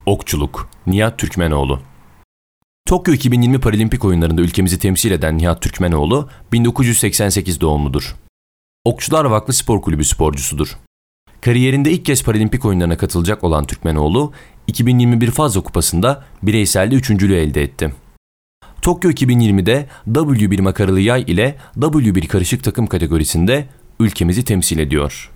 Okçuluk, Nihat Türkmenoğlu. Tokyo 2020 Paralimpik oyunlarında ülkemizi temsil eden Nihat Türkmenoğlu, 1988 doğumludur. Okçular Vakfı Spor Kulübü sporcusudur. Kariyerinde ilk kez Paralimpik oyunlarına katılacak olan Türkmenoğlu, 2021 Fazla Kupası'nda bireyselde üçüncülüğü elde etti. Tokyo 2020'de W1 makaralı yay ile W1 karışık takım kategorisinde ülkemizi temsil ediyor.